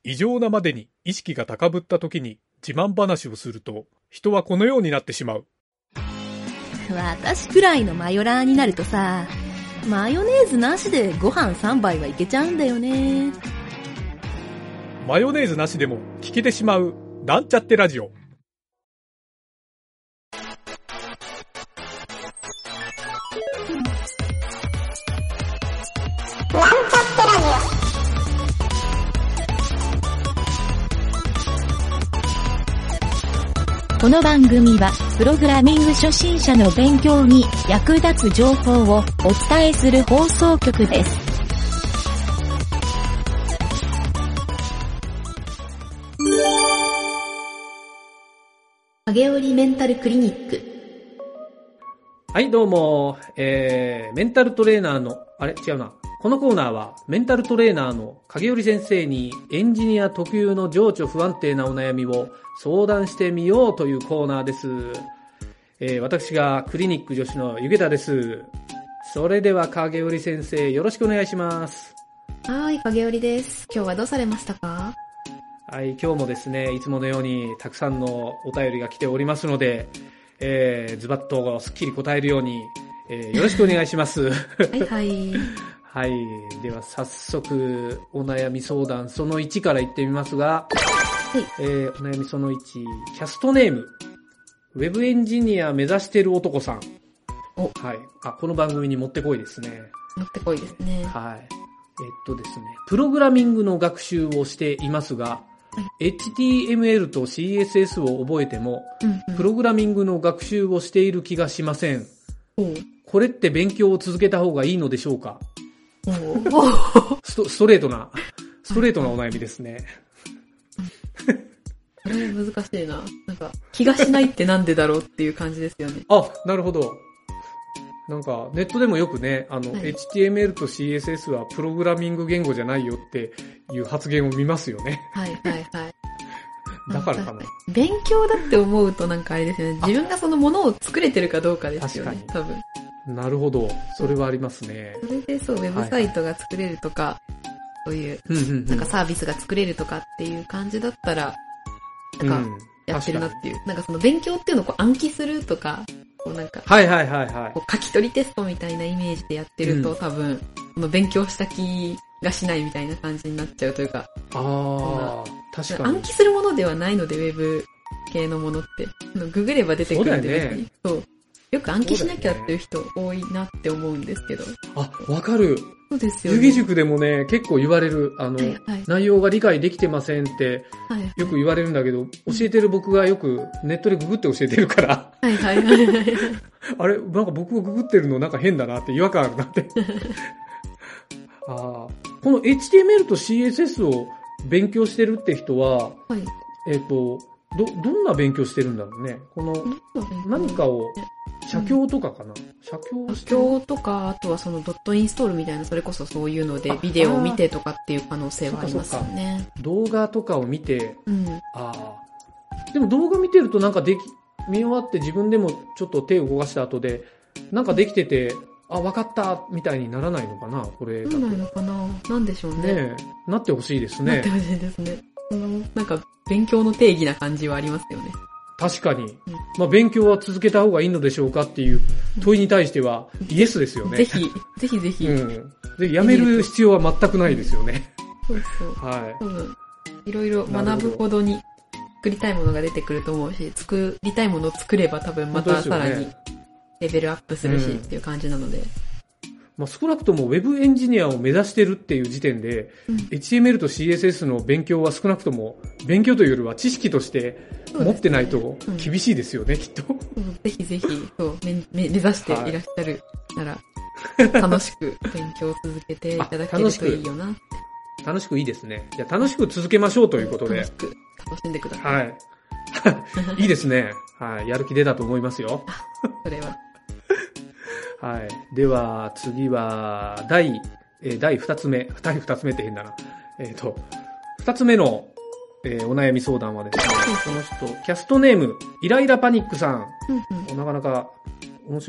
異常なまでに意識が高ぶった時に自慢話をすると、人はこのようになってしまう。 私くらいのマヨラーになるとさ、マヨネーズなしでご飯3杯はいけちゃうんだよね。 マヨネーズなしでも聞けてしまう、なんちゃってラジオ。 この番組はプログラミング初心者の勉強に役立つ情報をお伝えする放送局です。 影織メンタルクリニック。 はい、どうも、メンタルトレーナーの、違うな。このコーナーはメンタルトレーナーの影織先生にエンジニア特有の情緒不安定なお悩みを相談してみようというコーナーです。私がクリニック助手のゆげたです。それでは影織先生、よろしくお願いします。 はい、影織です。今日はどうされましたか？ はい、今日もですね、いつものようにたくさんのお便りが来ておりますので、ズバッとすっきり答えるように、よろしくお願いします。 はいはい。 はい。では早速お悩み相談その1からいってみますが、 はい。 お悩みその1、キャストネーム、ウェブエンジニア目指してる男さん。 お、 はい。この番組にもってこいですね。 もってこいですね。 はい。ですね、プログラミングの学習をしていますが、HTML と CSS を覚えても、プログラミングの学習をしている気がしません。これって勉強を続けた方がいいのでしょうか？ストレートなお悩みですね。 これ難しいな。なんか、気がしないってなんでだろうっていう感じですよね。 なるほど。なんか、ネットでもよくね、HTML と CSS はプログラミング言語じゃないよっていう発言を見ますよね。 はいはいはい。 だからかな。 勉強だって思うとなんかあれですよね。自分がそのものを作れてるかどうかですよね。 確かに。 多分。 なるほど。それはありますね。 それでそう、ウェブサイトが作れるとか、そういう、なんかサービスが作れるとかっていう感じだったら、なんか、やってるなっていう。なんかその勉強っていうのをこう暗記するとか、こうなんか、 はいはいはいはい。 こう書き取りテストみたいなイメージでやってると、多分、この勉強した気がしないみたいな感じになっちゃうというか。 確かに。 暗記するものではないので、ウェブ系のものって。ググれば出てくるんで別に。そう。よく暗記しなきゃっていう人多いなって思うんですけど。 わかる。 そうですよね。 遊戯塾でもね、結構言われる、内容が理解できてませんって、よく言われるんだけど、教えてる僕がよくネットでググって教えてるから。 はいはいはい。 あれ、なんか僕がググってるのなんか変だなって違和感あるなって。この HTML と CSS を勉強してるって人は、どんな勉強してるんだろうね。この、何かを、写経とかかな、写経とか、あとはそのドットインストールみたいな、それこそそういうのでビデオを見てとかっていう可能性はありますよね。 動画とかを見て、でも動画見てるとなんか見終わって自分でもちょっと手を動かした後で、なんかできてて、わかったみたいにならないのかな、これだと。 ならないのかな、なんでしょうね。 ねえ、なってほしいですね。 なってほしいですね。なんか勉強の定義な感じはありますよね。 確かに。勉強は続けた方がいいのでしょうかっていう問いに対しては、イエスですよね。 ぜひ。ぜひやめる必要は全くないですよね。 そうそう。はい。多分、いろいろ学ぶほどに作りたいものが出てくると思うし、作りたいものを作れば多分またさらにレベルアップするしっていう感じなので。 少なくとも Web エンジニアを目指してるっていう時点で、HTML と CSS の勉強は少なくとも、勉強というよりは知識として持ってないと厳しいですよね、きっと。 ぜひぜひ、目指していらっしゃるなら、楽しく勉強を続けていただけるといいよな。 楽しくいいですね。じゃあ楽しく続けましょうということで。 楽しんでください。 はい。いいですね。はい。やる気出たと思いますよ。 それは。 はい。では、次は、第2つ目。第2つ目って変だな。2つ目の、お悩み相談はですね、この人、キャストネーム、イライラパニックさん。なかなか面白い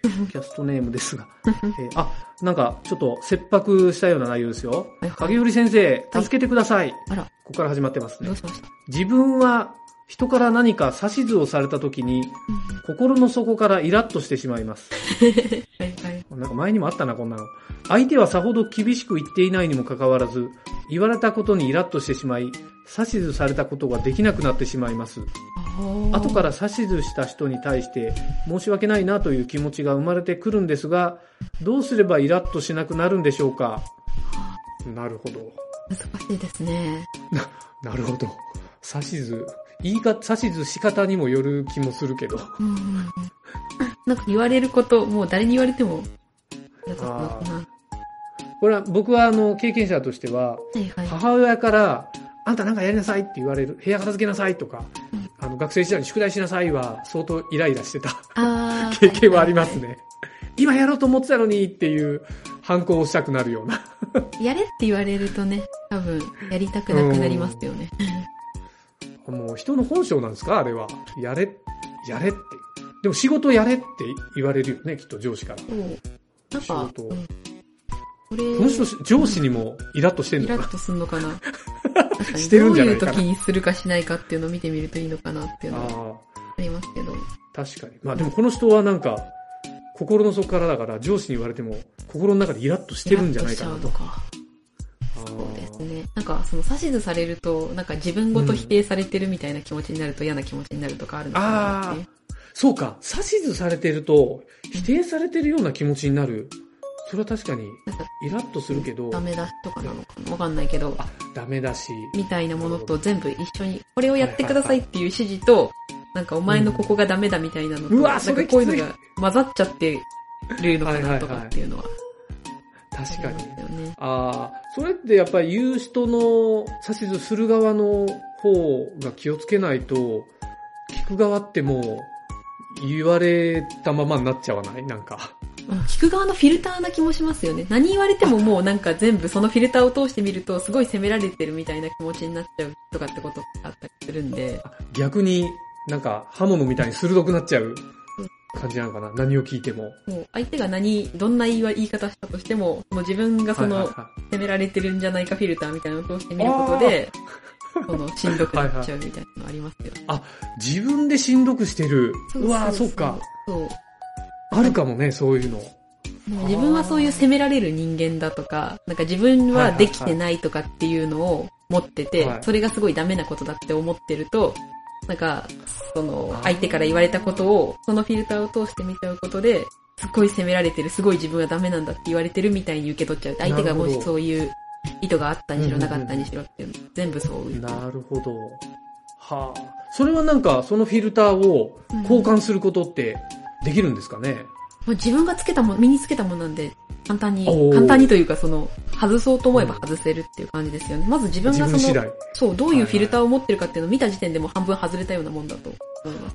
キャストネームですが。なんか、ちょっと切迫したような内容ですよ。影織先生、助けてください。 あら。 ここから始まってますね。 どうしました？ 自分は、人から何か指図をされた時に、心の底からイラッとしてしまいます。 はいはい。 なんか前にもあったな、こんなの。相手はさほど厳しく言っていないにもかかわらず、言われたことにイラッとしてしまい、指図されたことができなくなってしまいます。後から指図した人に対して申し訳ないなという気持ちが生まれてくるんですが、どうすればイラッとしなくなるんでしょうか。なるほど。 難しいですね。 なるほど。指図し方にもよる気もするけど。 なんか言われること、もう誰に言われても嫌だったのかな。 これは僕は経験者としては、母親からあんたなんかやりなさいって言われる、部屋片付けなさいとか、学生時代に宿題しなさいは相当イライラしてた経験はありますね。今やろうと思ってたのにっていう反抗をしたくなるような。 やれって言われるとね、多分やりたくなくなりますよね。 もう人の本性なんですかあれは。やれって。でも仕事やれって言われるよね、きっと上司から。 なんか、 この人上司にもイラッとしてんのかな。 イラッとすんのかな。 してるんじゃないかな。 どういう時にするかしないかっていうのを見てみるといいのかなっていうのはありますけど。 確かに。まあでもこの人はなんか、心の底からだから上司に言われても心の中でイラッとしてるんじゃないかなと。 そうですね。なんかその指図されると、なんか自分ごと否定されてるみたいな気持ちになると嫌な気持ちになるとかあるのかなって。 そうか。指図されてると否定されてるような気持ちになる。それは確かにイラッとするけど。 ダメ出しとかなのかなわかんないけど。 ダメ出し。 みたいなものと全部一緒に、これをやってくださいっていう指示と、なんかお前のここがダメだみたいなのと、なんかこういうのが混ざっちゃってるのかなとかっていうのは。 確かに。それってやっぱり言う人の指図する側の方が気をつけないと、聞く側ってもう言われたままになっちゃわないなんか。 聞く側のフィルターな気もしますよね。何言われてももうなんか全部そのフィルターを通してみるとすごい責められてるみたいな気持ちになっちゃうとかってことがあったりするんで。 逆になんか刃物みたいに鋭くなっちゃう感じなのかな。何を聞いても。 もう相手がどんな言い方したとしても、もう自分がその責められてるんじゃないかフィルターみたいなのを通してみることで、しんどくなっちゃうみたいなのありますよね。 自分でしんどくしてる。うわそっか。そう。あるかもね、そういうの。 自分はそういう責められる人間だとか、なんか自分はできてないとかっていうのを持ってて、それがすごいダメなことだって思ってると、なんか、その、相手から言われたことを、そのフィルターを通して見ちゃうことで、すっごい責められてる、すごい自分はダメなんだって言われてるみたいに受け取っちゃう。相手がもしそういう意図があったにしろなかったにしろっていうの、全部そういう。 なるほど。はあ。それはなんか、そのフィルターを交換することってできるんですかね？ 自分が身につけたものなんで、簡単にというか外そうと思えば外せるっていう感じですよね。まず自分がどういうフィルターを持ってるかっていうのを見た時点でも半分外れたようなもんだと思います。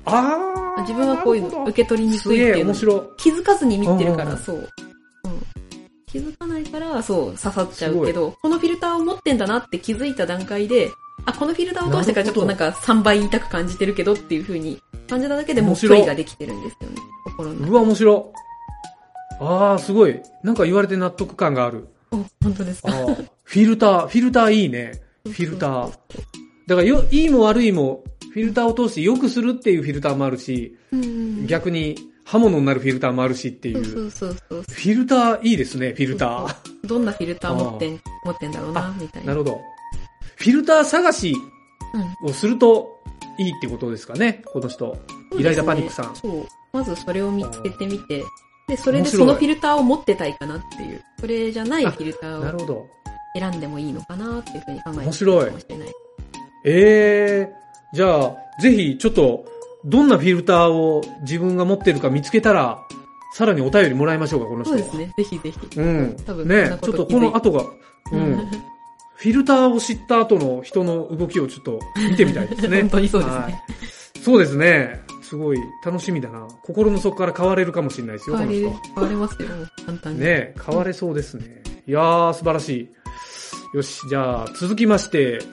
自分はこういうの受け取りにくいっていうのを気づかずに見てるから、気づかないから、刺さっちゃうけど、このフィルターを持ってんだなって気づいた段階で、このフィルターを通してからちょっとなんか3倍痛く感じてるけどっていう風に感じただけでもう距離ができてるんですよね。心の中で。 うわ、面白い。すごい。なんか言われて納得感がある。 本当ですか？ フィルターいいね。フィルター。だからいいも悪いも、フィルターを通して良くするっていうフィルターもあるし、逆に刃物になるフィルターもあるしっていう。フィルターいいですね、フィルター。 どんなフィルター持ってんだろうな、みたいな。 なるほど。フィルター探しをするといいってことですかね、この人。イライラパニックさん。 そう。まずそれを見つけてみて、で、それでそのフィルターを持ってたいかなっていう。それじゃないフィルターを選んでもいいのかなっていうふうに考えてるかもしれない。 じゃあ、ぜひちょっと、どんなフィルターを自分が持ってるか見つけたら、さらにお便りもらいましょうか、この人は。 そうですね。ぜひぜひ。 多分ね、ちょっとこの後が、フィルターを知った後の人の動きをちょっと見てみたいですね。 本当にそうですね。 そうですね。すごい楽しみだな。心の底から変われるかもしれないですよ、この人。 変われますよ、簡単に。 ね、変われそうですね。いやー、素晴らしい。よし、じゃあ、続きまして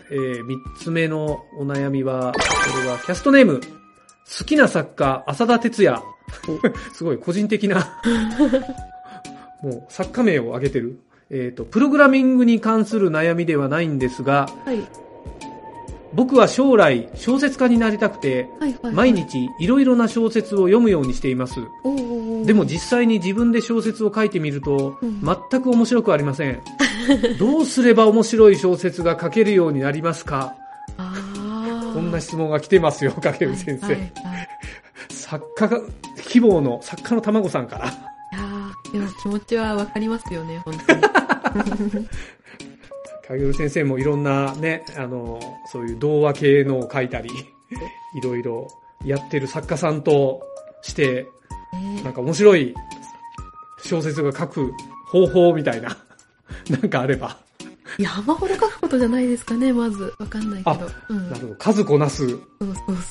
、3つ目のお悩みは、これはキャストネーム、好きな作家、浅田哲也。 すごい個人的な、もう作家名を挙げてる。プログラミングに関する悩みではないんですが、 はい。 僕は将来小説家になりたくて、毎日いろいろな小説を読むようにしています。でも実際に自分で小説を書いてみると、全く面白くありません。どうすれば面白い小説が書けるようになりますか？こんな質問が来てますよ、影る先生。作家が、希望の作家の卵さんから。 でも気持ちはわかりますよね、本当に。 影る先生もいろんなね、そういう童話系のを書いたり、いろいろやってる作家さんとして、なんか面白い小説が書く方法みたいな、なんかあれば。 山ほど書くことじゃないですかね、まず。わかんないけど。 なるほど。数こなす。 そう。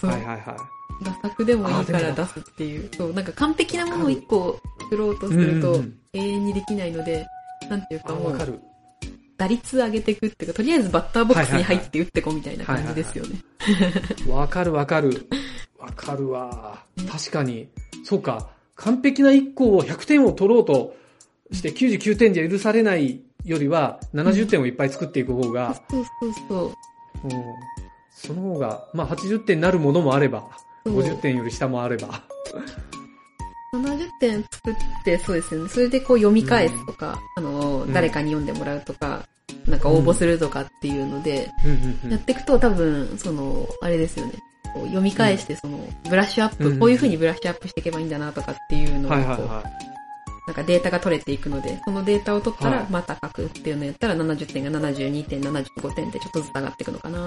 はい。画作でもいいから出すっていう。そう、なんか完璧なものを一個作ろうとすると、永遠にできないので、なんていうかもう、打率上げていくっていうか、とりあえずバッターボックスに入って打ってこみたいな感じですよね。 わかる。わかるわ。確かに。そうか。完璧な1個を100点を取ろうとして99点じゃ許されないよりは70点をいっぱい作っていく方が。 そう。 その方が、まあ80点になるものもあれば、50点より下もあれば。 70点作って、そうですよね。それでこう読み返すとか、誰かに読んでもらうとか、なんか応募するとかっていうので、やっていくと多分、あれですよね。こう読み返して、ブラッシュアップ、こういう風にブラッシュアップしていけばいいんだなとかっていうのを、なんかデータが取れていくので、そのデータを取ったらまた書くっていうのをやったら70点が72点、75点ってちょっとずつ上がっていくのかな。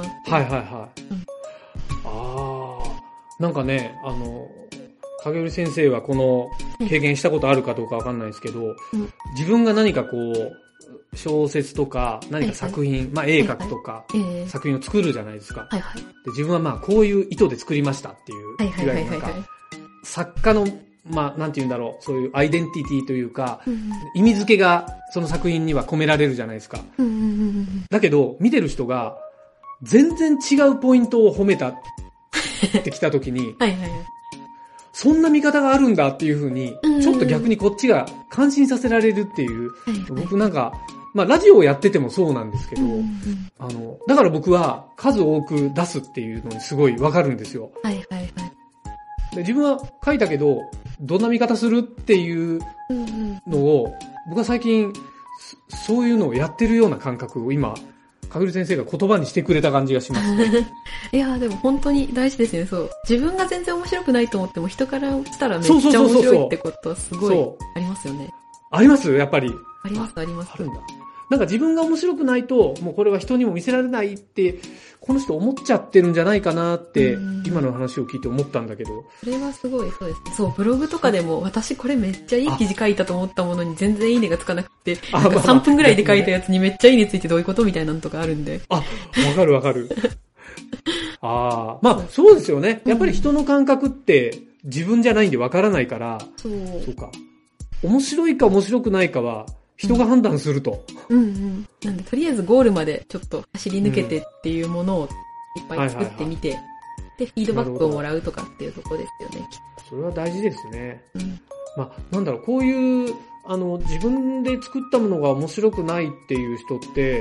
なんかね、影織先生はこの経験したことあるかどうかわかんないですけど、自分が何かこう、小説とか何か作品、まあ絵描くとか、作品を作るじゃないですか。で自分はまあこういう意図で作りましたっていう、いわゆるなんか、作家の、まあなんて言うんだろう、そういうアイデンティティというか、意味付けがその作品には込められるじゃないですか。だけど、見てる人が全然違うポイントを褒めたってきたときに、そんな見方があるんだっていう風に、ちょっと逆にこっちが感心させられるっていう、僕なんか、まあラジオをやっててもそうなんですけど、だから僕は数多く出すっていうのにすごいわかるんですよ。で自分は書いたけど、どんな見方するっていうのを、僕は最近、そういうのをやってるような感覚を今、かぐる先生が言葉にしてくれた感じがしますね。 いやでも本当に大事ですよね。そう。自分が全然面白くないと思っても人からしたらめっちゃ面白いってことはすごいありますよね。 ありますやっぱり。 あります。あるんだ。なんか自分が面白くないと、もうこれは人にも見せられないって、この人思っちゃってるんじゃないかなって、今の話を聞いて思ったんだけど。 それはすごい、そうですね。そう、ブログとかでも、私これめっちゃいい記事書いたと思ったものに全然いいねがつかなくて、なんか3分ぐらいで書いたやつにめっちゃいいねついてどういうことみたいなのとかあるんで。 わかる。まあ、そうですよね。やっぱり人の感覚って自分じゃないんでわからないから、そうか。面白いか面白くないかは、人が判断すると。 なんで、とりあえずゴールまでちょっと走り抜けてっていうものをいっぱい作ってみて、で、フィードバックをもらうとかっていうところですよね。 それは大事ですね。まあ、なんだろう、こういう、自分で作ったものが面白くないっていう人って、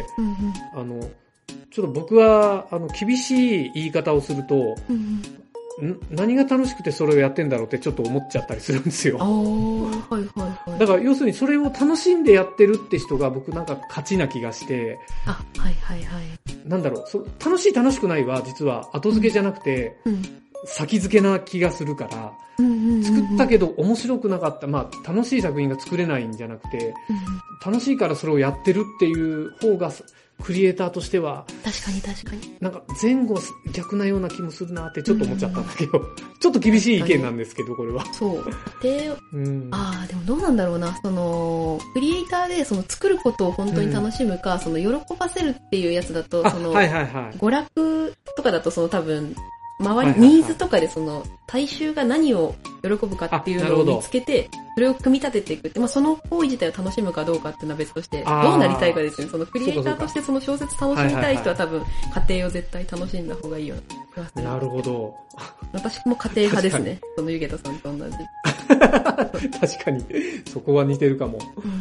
ちょっと僕は、厳しい言い方をすると、何が楽しくてそれをやってんだろうってちょっと思っちゃったりするんですよ。だから要するにそれを楽しんでやってるって人が僕なんか勝ちな気がして、なんだろう、楽しい楽しくないは実は後付けじゃなくて、先付けな気がするから、作ったけど面白くなかった、まあ楽しい作品が作れないんじゃなくて、楽しいからそれをやってるっていう方が、クリエイターとしては確かになんか前後逆なような気もするなってちょっと思っちゃったんだけど、ちょっと厳しい意見なんですけどこれは。 そうで、でもどうなんだろうな、クリエイターで作ることを本当に楽しむか、喜ばせるっていうやつだと娯楽とかだと多分周り、ニーズとかで大衆が何を喜ぶかっていうのを見つけて、それを組み立てていくって、まあその行為自体を楽しむかどうかっていうのは別として、どうなりたいかですね。クリエイターとしてその小説楽しみたい人は多分、家庭を絶対楽しんだ方がいいような気がする。 なるほど。 私も家庭派ですね。ゆげたさんと同じ。 確かに。そこは似てるかも。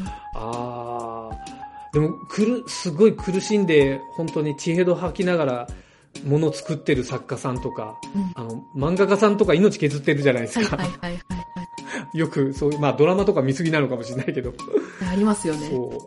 でも、すごい苦しんで、本当に血ヘド吐きながら、ものを作ってる作家さんとか、漫画家さんとか命削ってるじゃないですか。よく、そういう、ドラマとか見過ぎなのかもしれないけど。 ありますよね。 そう。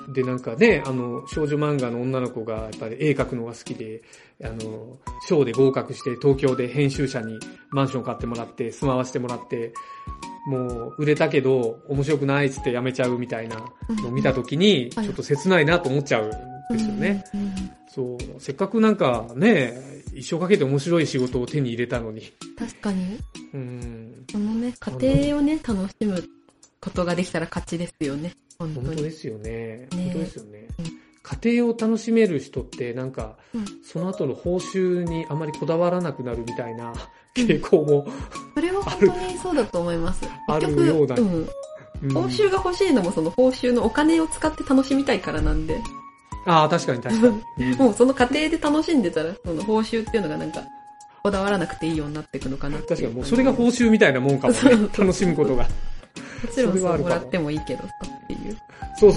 で、なんかね、少女漫画の女の子が、やっぱり絵描くのが好きで、賞で合格して、東京で編集者にマンション買ってもらって、住まわせてもらって、もう、売れたけど、面白くないっつって辞めちゃうみたいなのを見たときに、ちょっと切ないなと思っちゃうんですよね。そう、せっかくなんかね、一生かけて面白い仕事を手に入れたのに。 確かに。そのね、家庭をね、楽しむことができたら勝ちですよね。本当ですよね。本当ですよね。家庭を楽しめる人ってなんか、その後の報酬にあまりこだわらなくなるみたいな傾向も、 それは本当にそうだと思います。 あるような。 報酬が欲しいのもその報酬のお金を使って楽しみたいからなんで。 確かに確かに。 もうその過程で楽しんでたら、その報酬っていうのがなんか、こだわらなくていいようになっていくのかなって。 確かにもうそれが報酬みたいなもんかもね。楽しむことが。 もちろんそうもらってもいいけどさっていう。 そう。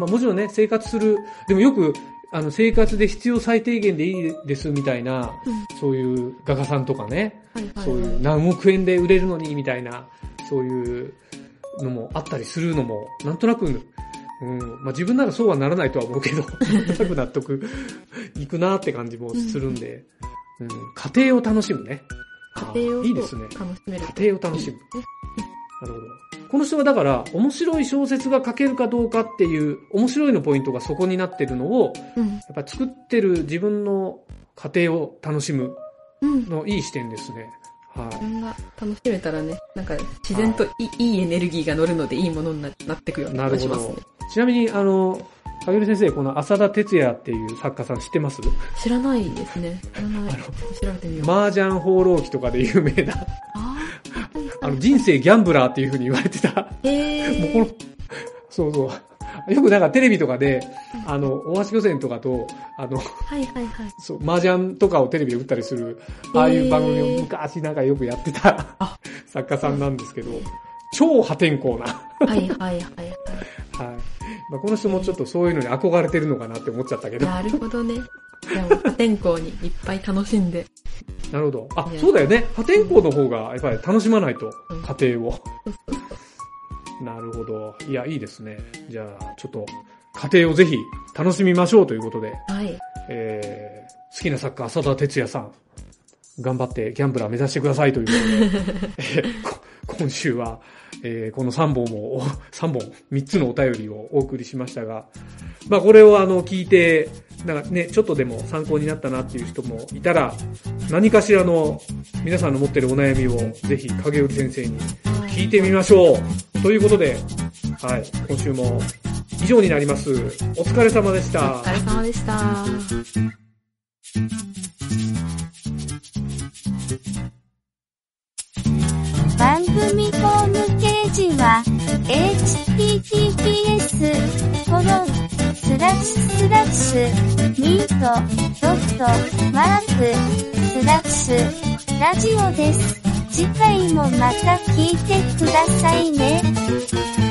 もちろんね、生活する、でもよく、生活で必要最低限でいいですみたいな、そういう画家さんとかね、そういう何億円で売れるのにみたいな、そういうのもあったりするのも、なんとなく、自分ならそうはならないとは思うけど、なんとなく納得いくなって感じもするんで、家庭を楽しむね。 家庭をいいですね。 楽しめる。 家庭を楽しむ。なるほど。この人はだから、面白い小説が書けるかどうかっていう、面白いのポイントがそこになってるのを、やっぱ作ってる自分の家庭を楽しむのいい視点ですね。 自分が楽しめたらね、なんか自然といいエネルギーが乗るのでいいものになってくるような気がしますね。 ちなみに、影織先生、この浅田哲也っていう作家さん知ってます？ 知らないですね。知らない。調べてみよう。 麻雀放浪記とかで有名な。人生ギャンブラーっていう風に言われてた。もうそう。よくなんかテレビとかで、大橋漁船とかと、そう、麻雀とかをテレビで打ったりする、ああいう番組を昔なんかよくやってた作家さんなんですけど、超破天荒な。この人もちょっとそういうのに憧れてるのかなって思っちゃったけど。 なるほどね。でも破天荒にいっぱい楽しんで。 なるほど。そうだよね。破天荒の方がやっぱり楽しまないと、家庭を。なるほど。いや、いいですね。じゃあ、ちょっと、家庭をぜひ楽しみましょうということで。好きな作家、浅田哲也さん、頑張ってギャンブラー目指してくださいということで、今週は、この3つのお便りをお送りしましたが、これを聞いて、なんかね、ちょっとでも参考になったなっていう人もいたら、何かしらの皆さんの持っているお悩みをぜひ影織先生に聞いてみましょう。ということで、今週も以上になります。お疲れ様でした。 お疲れ様でした。 番組ホームページは https://meet.mark/ラジオです。次回もまた聞いてくださいね。